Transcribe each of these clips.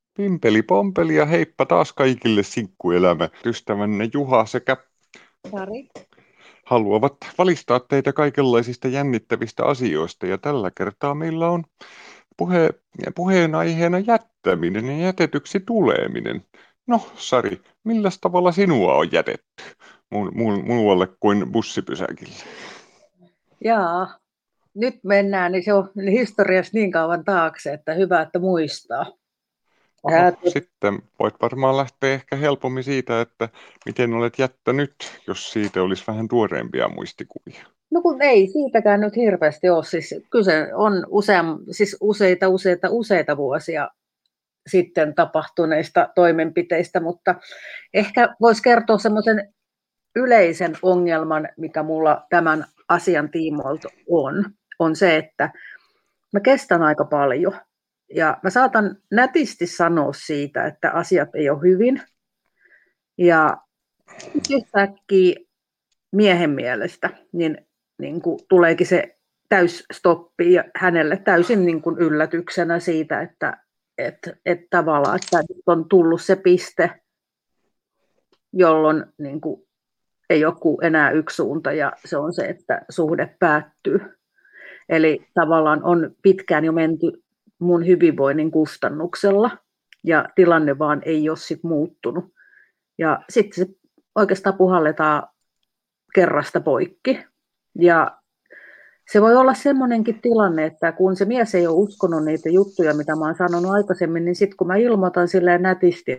Pimpeli pompeli ja heippa taas kaikille sinkkuelämä. Ystävänne Juha sekä Sari. haluavat valistaa teitä kaikenlaisista jännittävistä asioista. Ja tällä kertaa meillä on puhe, puheenaiheena jättäminen ja jätetyksi tuleminen. No, Sari, millä tavalla sinua on jätetty muualle kuin bussipysäkille? Jaa, nyt mennään, niin se on historiassa niin kauan taakse, että hyvä, että muistaa. No, Ää, sitten voit varmaan lähteä ehkä helpommin siitä, että miten olet jättänyt, jos siitä olisi vähän tuoreempia muistikuvia. No kun ei siitäkään nyt hirveästi ole, siis kyse on siis useita vuosia sitten tapahtuneista toimenpiteistä, mutta ehkä voisi kertoa semmoisen yleisen ongelman, mikä mulla tämän asian tiimoilta on se, että mä kestän aika paljon. Ja mä saatan nätisti sanoa siitä, että asiat ei ole hyvin. Ja yhtäkkiä miehen mielestä niin kuin tuleekin se täysstoppi ja hänelle täysin niin kuin yllätyksenä siitä, että tavallaan että nyt on tullut se piste, jolloin niin kuin ei ole kuin enää yksi suunta ja se on se, että suhde päättyy. Eli tavallaan on pitkään jo menty mun hyvinvoinnin kustannuksella ja tilanne vaan ei ole sit muuttunut. Ja sitten se oikeastaan puhalletaan kerrasta poikki. Ja se voi olla semmoinenkin tilanne, että kun se mies ei ole uskonut niitä juttuja, mitä mä oon sanonut aikaisemmin, niin sitten kun mä ilmoitan silleen nätisti,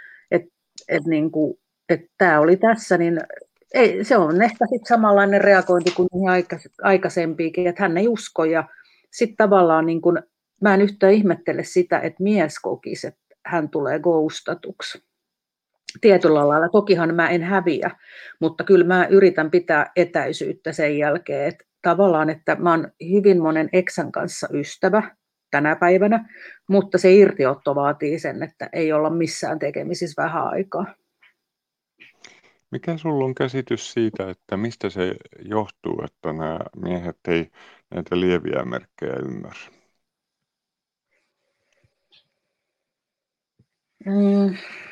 että tämä oli tässä, niin ei, se on ehkä sit samanlainen reagointi kuin aikaisempiinkin, että hän ei usko. Ja sitten tavallaan niin kun, mä en yhtään ihmettele sitä, että mies kokisi, että hän tulee ghostatuksi. Tietyllä lailla. Tokihan mä en häviä, mutta kyllä mä yritän pitää etäisyyttä sen jälkeen, että tavallaan, että mä oon hyvin monen eksän kanssa ystävä tänä päivänä, mutta se irtiotto vaatii sen, että ei olla missään tekemisissä vähän aikaa. Mikä sulla on käsitys siitä, että mistä se johtuu, että nämä miehet ei näitä lieviä merkkejä ymmärrä? Mm,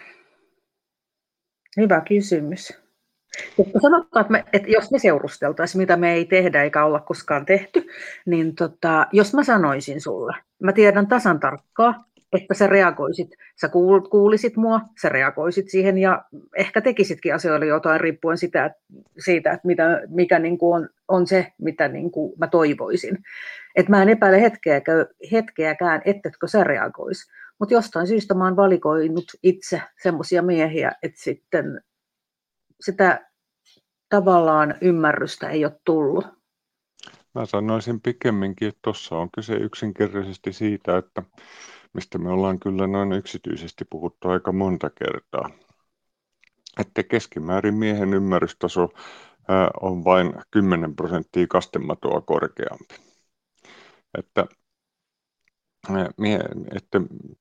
hyvä kysymys. Sanotaan, että jos me seurusteltaisiin, mitä me ei tehdä eikä olla koskaan tehty, niin jos mä sanoisin sulle, mä tiedän tasan tarkkaa, että sä reagoisit, sä kuulisit mua, sä reagoisit siihen ja ehkä tekisitkin asioille jotain riippuen siitä, että mikä niin kuin on se, mitä niin kuin mä toivoisin. Et mä en epäile hetkeäkään, ettetkö sä reagoisi. Mutta jostain syystä mä oon valikoinut itse semmoisia miehiä, että sitten sitä tavallaan ymmärrystä ei ole tullut. Mä sanoisin pikemminkin, että tuossa on kyse yksinkertaisesti siitä, että mistä me ollaan kyllä noin yksityisesti puhuttu aika monta kertaa. Että keskimäärin miehen ymmärrystaso on vain 10% kastematoa korkeampi. Että, että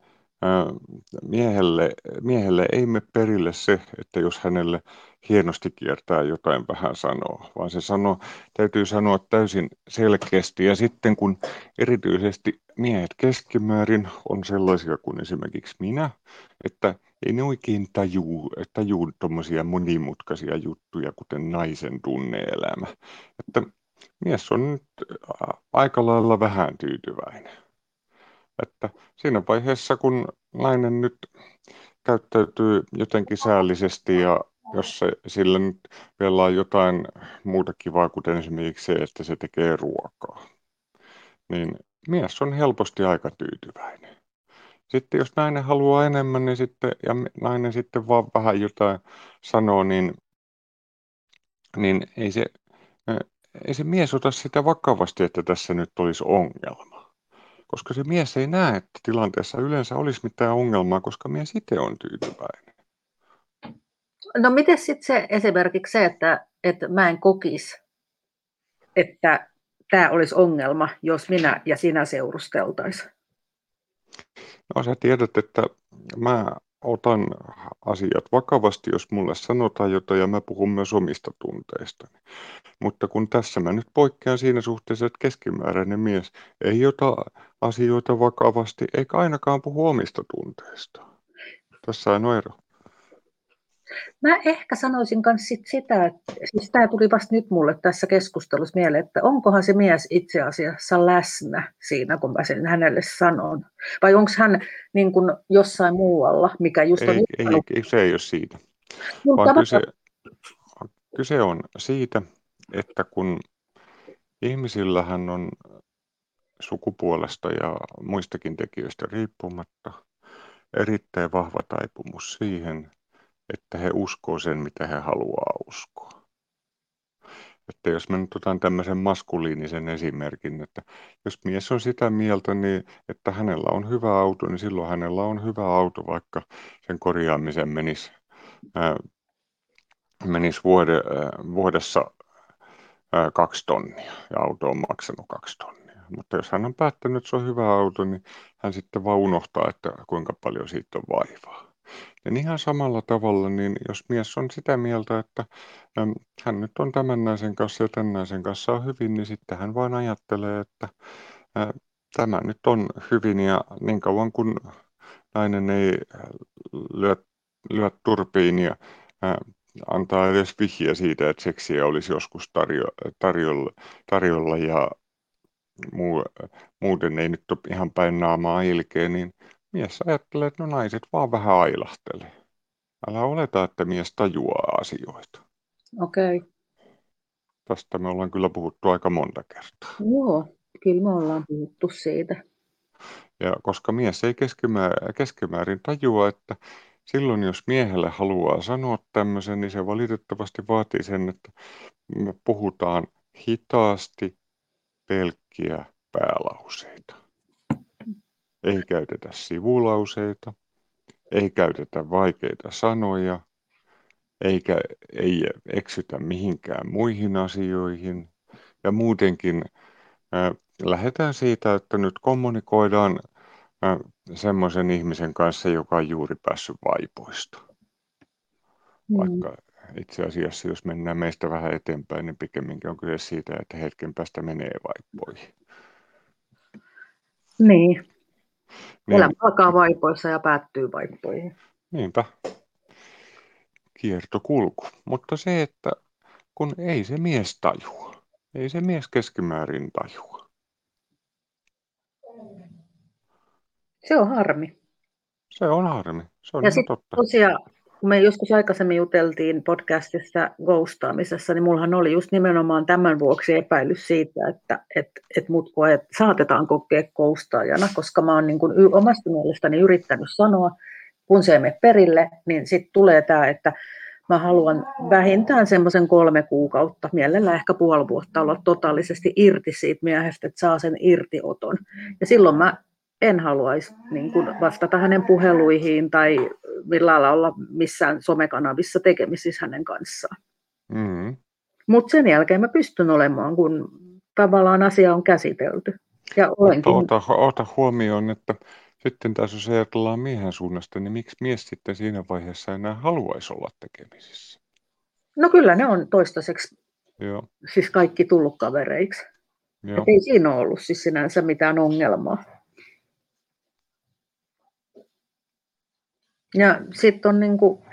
miehelle ei mene perille se, että jos hänelle hienosti kiertää jotain vähän sanoo, vaan täytyy sanoa täysin selkeästi. Ja sitten kun erityisesti miehet keskimäärin on sellaisia kuin esimerkiksi minä, että ei ne oikein tajuu tuommoisia monimutkaisia juttuja, kuten naisen tunne-elämä. Että mies on nyt aika lailla vähän tyytyväinen. Että siinä vaiheessa, kun nainen nyt käyttäytyy jotenkin säällisesti ja jos sillä nyt vielä on jotain muuta kivaa, kuten esimerkiksi se, että se tekee ruokaa, niin mies on helposti aika tyytyväinen. Sitten jos nainen haluaa enemmän niin nainen sitten vaan vähän jotain sanoo, niin ei se mies ota sitä vakavasti, että tässä nyt olisi ongelma. Koska se mies ei näe, että tilanteessa yleensä olisi mitään ongelmaa, koska mies itse on tyytyväinen. No miten sitten esimerkiksi se, että mä en kokisi, että tämä olisi ongelma, jos minä ja sinä seurusteltaisiin? No sä tiedät, että mä otan asiat vakavasti, jos mulle sanotaan jotain, ja mä puhun myös omista tunteistani. Mutta kun tässä mä nyt poikkean siinä suhteessa, että keskimääräinen mies ei ota asioita vakavasti, eikä ainakaan puhu omista tunteistaan. Tässä on ero. Mä ehkä sanoisin myös sitä, että siis tämä tuli vasta nyt mulle tässä keskustelussa mieleen, että onkohan se mies itse asiassa läsnä siinä, kun mä sen hänelle sanon. Vai onko hän niin kuin jossain muualla, mikä just on Se ei ole siitä, mutta vaan kyse on siitä, että kun ihmisillähän on sukupuolesta ja muistakin tekijöistä riippumatta erittäin vahva taipumus siihen, että he uskoo sen, mitä he haluaa uskoa. Että jos mä nyt otan tämmöisen maskuliinisen esimerkin, että jos mies on sitä mieltä, niin että hänellä on hyvä auto, niin silloin hänellä on hyvä auto, vaikka sen korjaamisen menisi vuodessa 2 tonnia ja auto on maksanut 2 tonnia. Mutta jos hän on päättänyt, että se on hyvä auto, niin hän sitten vaan unohtaa, että kuinka paljon siitä on vaivaa. Ja ihan samalla tavalla, niin jos mies on sitä mieltä, että hän nyt on tämän naisen kanssa ja tämän naisen kanssa on hyvin, niin sitten hän vain ajattelee, että tämä nyt on hyvin ja niin kauan kun nainen ei lyö, lyö turpiin ja antaa edes vihjeä siitä, että seksiä olisi joskus tarjolla ja muuten ei nyt ole ihan päin naamaa ilkeä, niin mies ajattelee, että no naiset vaan vähän ailahtelee. Älä oleta, että mies tajuaa asioita. okei. Tästä me ollaan kyllä puhuttu aika monta kertaa. Joo, kyllä me ollaan puhuttu siitä. Ja koska mies ei keskimäärin tajua, että silloin jos miehelle haluaa sanoa tämmöisen, niin se valitettavasti vaatii sen, että me puhutaan hitaasti pelkkiä päälauseita. Ei käytetä sivulauseita, ei käytetä vaikeita sanoja, ei eksytä mihinkään muihin asioihin. Ja muutenkin lähdetään siitä, että nyt kommunikoidaan semmoisen ihmisen kanssa, joka on juuri päässyt vaipoista. Mm. Vaikka itse asiassa, jos mennään meistä vähän eteenpäin, niin pikemminkin on kyse siitä, että hetken päästä menee vaippoihin. Niin, Niin, elämä alkaa vaipoissa ja päättyy vaippoihin. niinpä, kiertokulku. Mutta se, että kun ei se mies tajua, ei se mies keskimäärin tajua. Se on harmi. Se on harmi, se on Ja ihan sitten totta. tosiaan, kun me joskus aikaisemmin juteltiin podcastissa ghostaamisessa, niin mullahan oli just nimenomaan tämän vuoksi epäilys siitä, että mut saatetaan kokea ghostaajana, koska mä oon niin kuin omasta mielestäni yrittänyt sanoa, kun se ei mene perille, niin sitten tulee tämä, että mä haluan vähintään semmoisen 3 kuukautta, mielellään ehkä puoli vuotta olla totaalisesti irti siitä miehestä, että saa sen irtioton. Ja silloin mä en haluaisi niin kuin vastata hänen puheluihin tai millään lailla olla missään somekanavissa tekemisissä hänen kanssaan. Mm. Mutta sen jälkeen mä pystyn olemaan, kun tavallaan asia on käsitelty. Ja Mutta olenkin. ota huomioon, että sitten taas jos ajatellaan miehen suunnasta, niin miksi mies sitten siinä vaiheessa enää haluaisi olla tekemisissä? No kyllä ne on toistaiseksi Joo, siis kaikki tullut kavereiksi. Et joo. ei siinä ole ollut siis sinänsä mitään ongelmaa. Ja sitten on niinku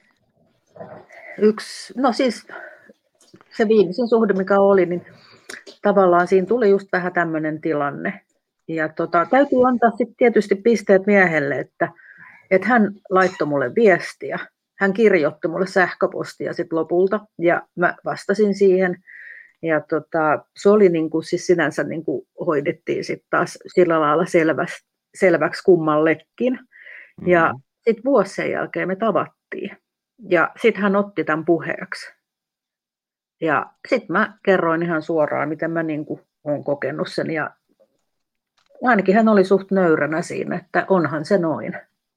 yksi, no siis se viimeisin suhde, mikä oli, niin tavallaan siinä tuli just vähän tämmöinen tilanne. Ja täytyy antaa sitten tietysti pisteet miehelle, että hän laittoi mulle viestiä. Hän kirjoitti mulle sähköpostia sit lopulta ja mä vastasin siihen. Ja se oli niinku, siis sinänsä niinku hoidettiin sitten taas sillä lailla selväksi kummallekin. Ja Mm. sitten vuosi sen jälkeen me tavattiin. Ja sitten hän otti tämän puheeksi. Ja sitten mä kerroin ihan suoraan, miten mä niinku olen kokenut sen. Ja ainakin hän oli suht nöyränä siinä, että onhan se noin.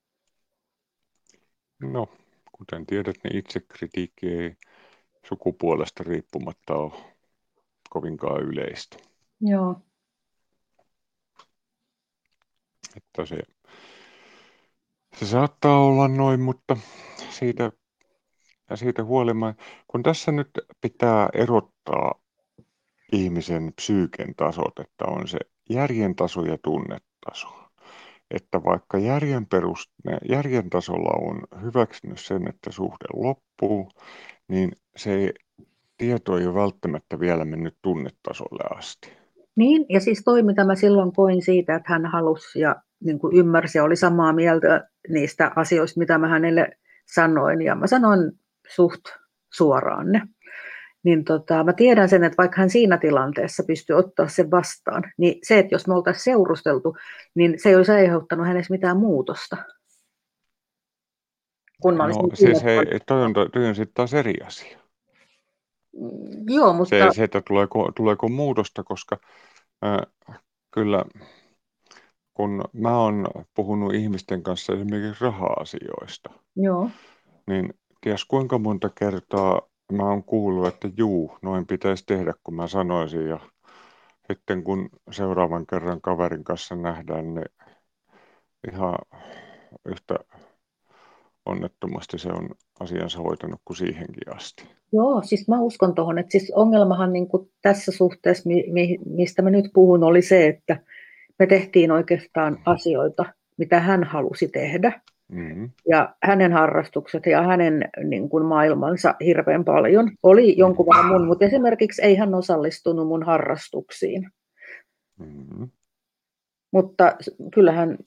No, kuten tiedät, niin itsekritiikki ei sukupuolesta riippumatta ole kovinkaan yleistä. Joo. Että Se saattaa olla noin, mutta siitä, siitä huolimatta, kun tässä nyt pitää erottaa ihmisen psyyken tasot, että on se järjen taso ja tunnetaso. Että vaikka järjen tasolla on hyväksynyt sen, että suhde loppuu, niin se tieto ei ole välttämättä vielä mennyt tunnetasolle asti. Niin, ja siis toi, mitä mä silloin koin siitä, että hän halusi ja niin kuin ymmärsi ja oli samaa mieltä niistä asioista, mitä mä hänelle sanoin, ja mä sanoin suht suoraan ne. Niin mä tiedän sen, että vaikka hän siinä tilanteessa pystyy ottaa sen vastaan, niin se, että jos me oltaisiin seurusteltu, niin se ei olisi aiheuttanut hänessä mitään muutosta. Kun mä No olisin siis hei, toi on sitten taas eri asia. Joo, mutta Se että tuleeko muutosta, koska kyllä kun mä oon puhunut ihmisten kanssa esimerkiksi raha-asioista, joo. niin ties kuinka monta kertaa mä oon kuullut, että juu, noin pitäisi tehdä, kun mä sanoisin. Ja sitten kun seuraavan kerran kaverin kanssa nähdään, niin ihan yhtä onnettomasti se on asiansa hoitanut kuin siihenkin asti. Joo, siis mä uskon tuohon, että siis ongelmahan niin kuin tässä suhteessa, mistä mä nyt puhun, oli se, että me tehtiin oikeastaan asioita, mitä hän halusi tehdä. Mm-hmm. Ja hänen harrastukset ja hänen niin kuin maailmansa hirveän paljon. Oli jonkun verran mun, mutta esimerkiksi ei hän osallistunut mun harrastuksiin. Mm-hmm. Mutta kyllähän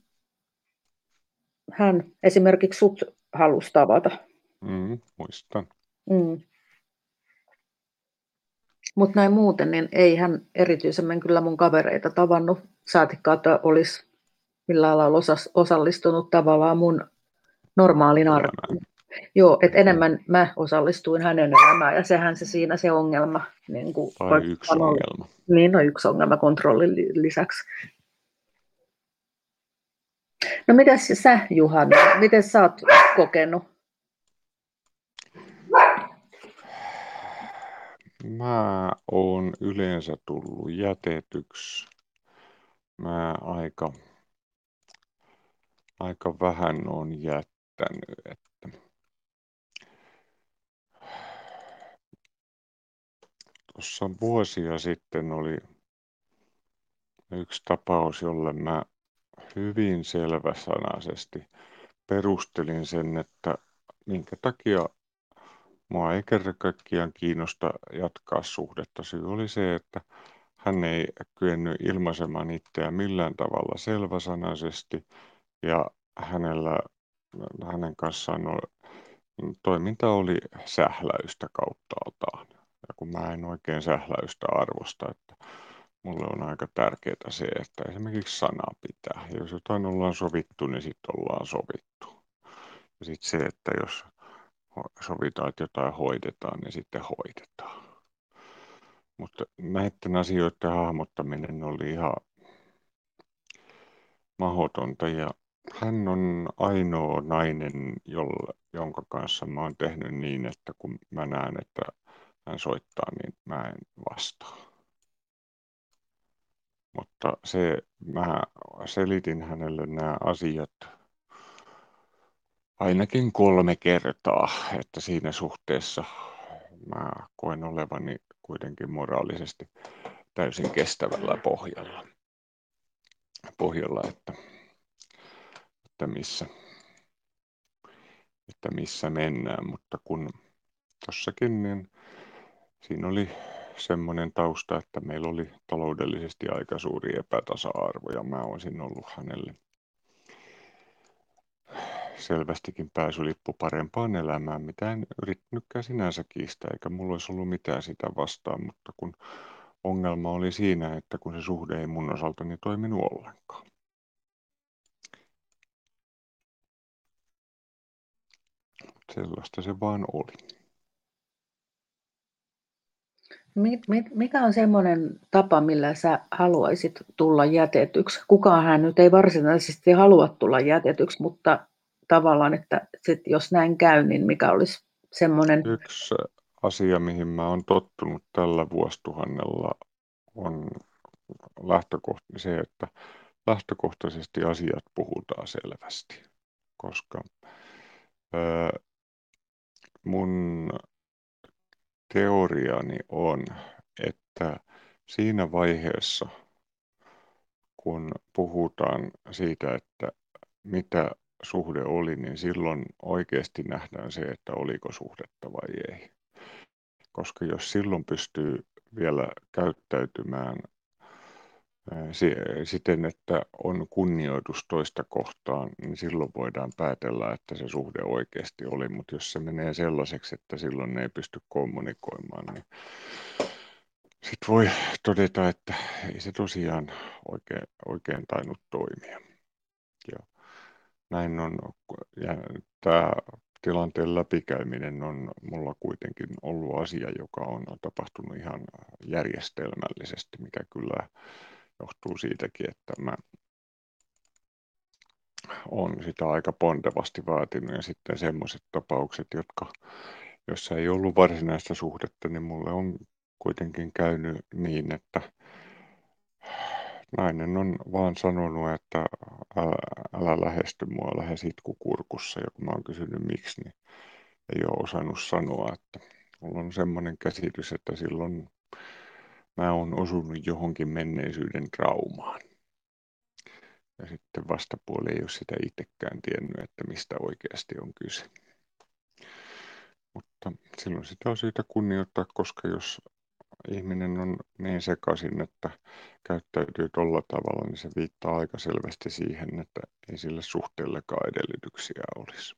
hän esimerkiksi sut halusi tavata. Muistan. Mutta näin muuten, niin ei hän erityisemmin kyllä mun kavereita tavannut, saatikka, että olisi millään lailla osallistunut tavallaan mun normaalin arkeen. Joo, että enemmän mä osallistuin hänen elämään ja sehän se siinä se ongelma. Niin kuin Tai yksi ongelma. Niin, no yksi ongelma kontrollin lisäksi. No mitäs sä, Juhana, miten sä oot kokenut? Mä oon yleensä tullut jätetyksi. Mä aika vähän on jättänyt. Että tuossa vuosia sitten oli yksi tapaus, jolle mä hyvin selväsanaisesti perustelin sen, että minkä takia mua ei kerta kaikkiaan kiinnosta jatkaa suhdetta. Syy oli se, että hän ei kyennyt ilmaisemaan itseään millään tavalla selväsanaisesti ja hänen kanssaan toiminta oli sähläystä kauttaaltaan. Ja kun mä en oikein sähläystä arvosta, että mulle on aika tärkeää se, että esimerkiksi sana pitää. Ja jos jotain ollaan sovittu, niin sitten ollaan sovittu. Ja sitten se, että jos sovitaan, että jotain hoidetaan, niin sitten hoidetaan. Mutta näiden asioiden hahmottaminen oli ihan mahdotonta ja hän on ainoa nainen, jonka kanssa mä oon tehnyt niin, että kun mä näen, että hän soittaa, niin mä en vastaa. Mutta mä selitin hänelle nämä asiat ainakin 3 kertaa, että siinä suhteessa mä koen olevani kuitenkin moraalisesti täysin kestävällä pohjalla että missä mennään, mutta kun tossakin niin siinä oli semmoinen tausta, että meillä oli taloudellisesti aika suuri epätasa-arvo ja mä olisin ollut hänelle selvästikin pääsylippu parempaan elämään, mitä en yrittänytkään sinänsä kiistää, eikä mulla olisi ollut mitään sitä vastaan, mutta kun ongelma oli siinä, että kun se suhde ei mun osaltani toiminut ollenkaan. Sellaista se vaan oli. Mikä on semmoinen tapa, millä sä haluaisit tulla jätetyksi? Kukaan nyt ei varsinaisesti halua tulla jätetyksi, mutta tavallaan, että sit jos näin käy, niin mikä olisi semmoinen... Yksi asia, mihin mä oon tottunut tällä vuosituhannella, on se, että lähtökohtaisesti asiat puhutaan selvästi. koska ää, mun teoriani on, että siinä vaiheessa, kun puhutaan siitä, että mitä suhde oli, niin silloin oikeasti nähdään se, että oliko suhdetta vai ei. Koska jos silloin pystyy vielä käyttäytymään siten, että on kunnioitus toista kohtaan, niin silloin voidaan päätellä, että se suhde oikeasti oli. Mutta jos se menee sellaiseksi, että silloin ei pysty kommunikoimaan, niin sitten voi todeta, että ei se tosiaan oikein tainnut toimia. Ja näin on, ja tämä tilanteen läpikäyminen on mulla kuitenkin ollut asia, joka on tapahtunut ihan järjestelmällisesti, mikä kyllä johtuu siitäkin, että mä oon sitä aika pontevasti vaatinut ja sitten semmoiset tapaukset, jossa ei ollut varsinaista suhdetta, niin mulle on kuitenkin käynyt niin, että nainen on vaan sanonut, että älä lähesty mua, lähde itkukurkussa. Ja kun mä oon kysynyt miksi, niin ei ole osannut sanoa, että mulla on semmoinen käsitys, että silloin mä oon osunut johonkin menneisyyden traumaan. Ja sitten vastapuoli ei ole sitä itsekään tiennyt, että mistä oikeasti on kyse. Mutta silloin sitä on syytä kunnioittaa, koska jos ihminen on niin sekaisin, että käyttäytyy tolla tavalla, niin se viittaa aika selvästi siihen, että ei sille suhteellekaan edellytyksiä olisi.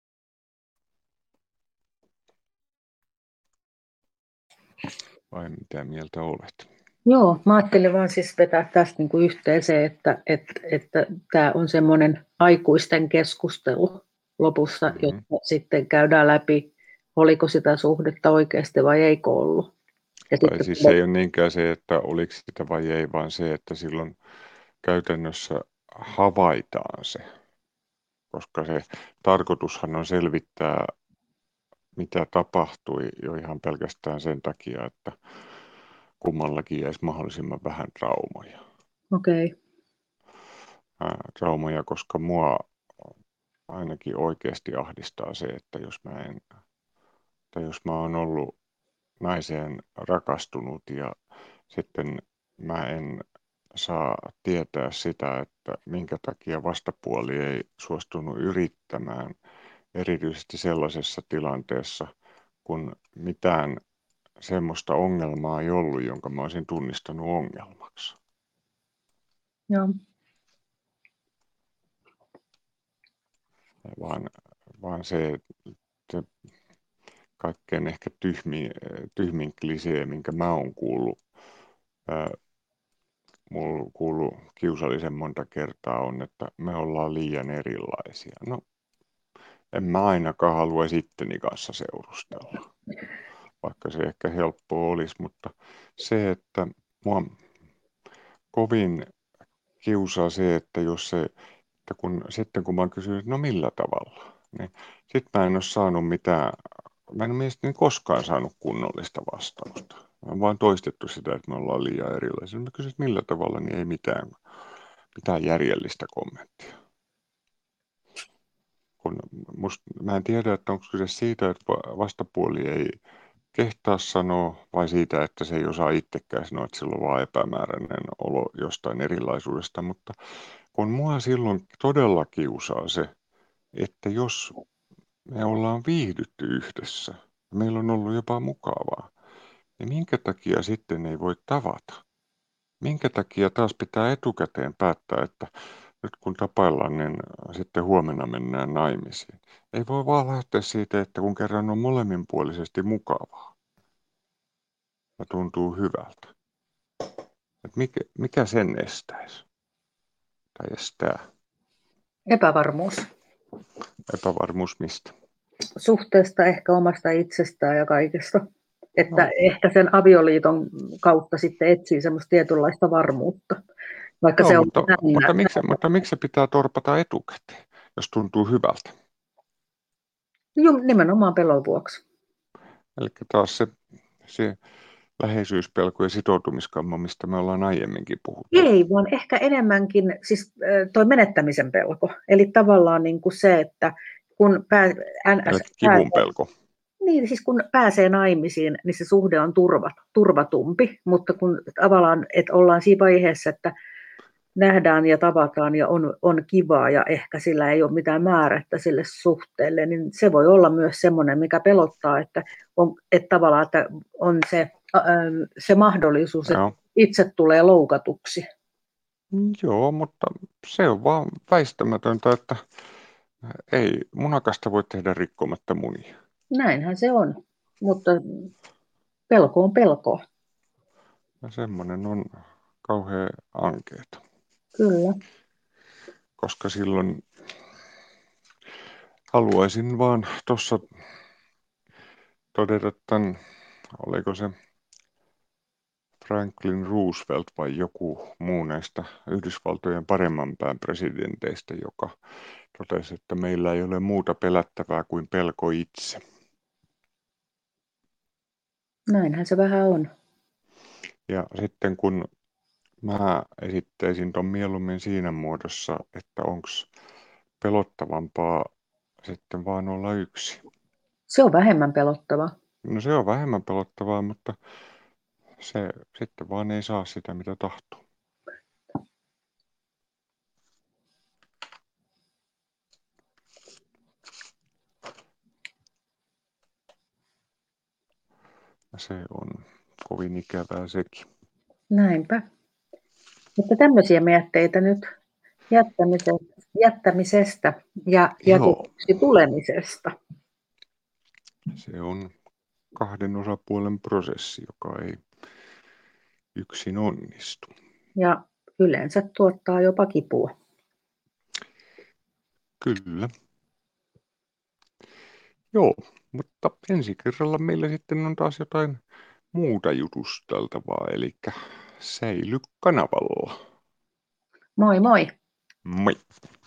Vai mitä mieltä olet? Joo, mä ajattelin vaan siis vetää tästä niin kuin yhteen se, että tämä on semmoinen aikuisten keskustelu lopussa, Mm-hmm. jotta sitten käydään läpi, oliko sitä suhdetta oikeasti vai eikö ollut. Ja Tai sitten, siis se ei ole niinkään se, että oliko sitä vai ei, vaan se, että silloin käytännössä havaitaan se. Koska se tarkoitushan on selvittää, mitä tapahtui jo ihan pelkästään sen takia, että kummallakin jäisi mahdollisimman vähän traumoja. okei. Traumoja, koska mua ainakin oikeasti ahdistaa se, että jos mä oon ollut naiseen rakastunut ja sitten mä en saa tietää sitä, että minkä takia vastapuoli ei suostunut yrittämään, erityisesti sellaisessa tilanteessa, kun mitään semmoista ongelmaa ei ollut, jonka mä olisin tunnistanut ongelmaksi. Joo. Vaan se kaikkein ehkä tyhmin klisee, minkä mä oon kuullut, mulla kuullut kiusallisen monta kertaa on, että me ollaan liian erilaisia. No, en mä ainakaan haluaisi itteni kanssa seurustella, vaikka se ehkä helppoa olisi, mutta se, että mua kovin kiusaa se, että jos se, että sitten kun mä oon kysynyt, että no millä tavalla, niin sitten mä en ole saanut mitään, mä en ole mielestäni koskaan saanut kunnollista vastausta. Mä oon vaan toistettu sitä, että me ollaan liian erilaisia. Mä kysyin, että millä tavalla, niin ei mitään järjellistä kommenttia. Mä en tiedä, että onko kyse siitä, että vastapuoli ei kehtaa sanoa, vai siitä, että se ei osaa itsekään sanoa, että sillä on vaan epämääräinen olo jostain erilaisuudesta, mutta kun mua silloin todella kiusaa se, että jos me ollaan viihdytty yhdessä, meillä on ollut jopa mukavaa, niin minkä takia sitten ei voi tavata? Minkä takia taas pitää etukäteen päättää, että nyt kun tapaillaan, niin sitten huomenna mennään naimisiin. Ei voi vaan lähteä siitä, että kun kerran on molemminpuolisesti mukavaa ja tuntuu hyvältä. Että mikä sen estäisi tai estää? Epävarmuus Epävarmuus mistä? suhteesta, ehkä omasta itsestään ja kaikesta. Että No, ehkä sen avioliiton kautta sitten etsii semmoista tietynlaista varmuutta, vaikka joo, se on mutta miksi se pitää torpata etukäteen, jos tuntuu hyvältä? nimenomaan pelon vuoksi. Eli taas se läheisyyspelko ja sitoutumiskammo, mistä me ollaan aiemminkin puhuttu. Ei, vaan ehkä enemmänkin siis toi menettämisen pelko. Eli tavallaan niin kuin se, että kun Eli NS kivun pelko. niin, siis kun pääsee naimisiin, niin se suhde on turvatumpi, mutta kun tavallaan, että ollaan siinä vaiheessa, että nähdään ja tavataan ja on kivaa ja ehkä sillä ei ole mitään määrättä sille suhteelle, niin se voi olla myös semmoinen, mikä pelottaa, että tavallaan että on se mahdollisuus, että Joo. itse tulee loukatuksi. Joo, mutta se on vaan väistämätöntä, että ei munakasta voi tehdä rikkomatta munia. Näinhän se on, mutta pelko on pelkoa. Ja semmoinen on kauhean ankeeta, Kyllä. koska silloin haluaisin vaan tuossa todeta tämän, oliko se Franklin Roosevelt vai joku muu näistä Yhdysvaltojen paremman pään presidenteistä, joka totesi, että meillä ei ole muuta pelättävää kuin pelko itse. Näinhän se vähän on. Ja sitten kun mä esittäisin ton mieluummin siinä muodossa, että onko pelottavampaa sitten vaan olla yksi. Se on vähemmän pelottava. No se on vähemmän pelottavaa, mutta se sitten vaan ei saa sitä, mitä tahtoo. Ja se on kovin ikävää sekin. Näinpä. Mutta tämmöisiä mietteitä nyt jättämisestä ja Joo, jätetyksi tulemisesta. se on kahden osapuolen prosessi, joka ei yksin onnistu. Ja yleensä tuottaa jopa kipua. Kyllä. Joo, mutta ensi kerralla meillä sitten on taas jotain muuta jutusteltavaa, eli säily kanavalla. Moi moi! Moi!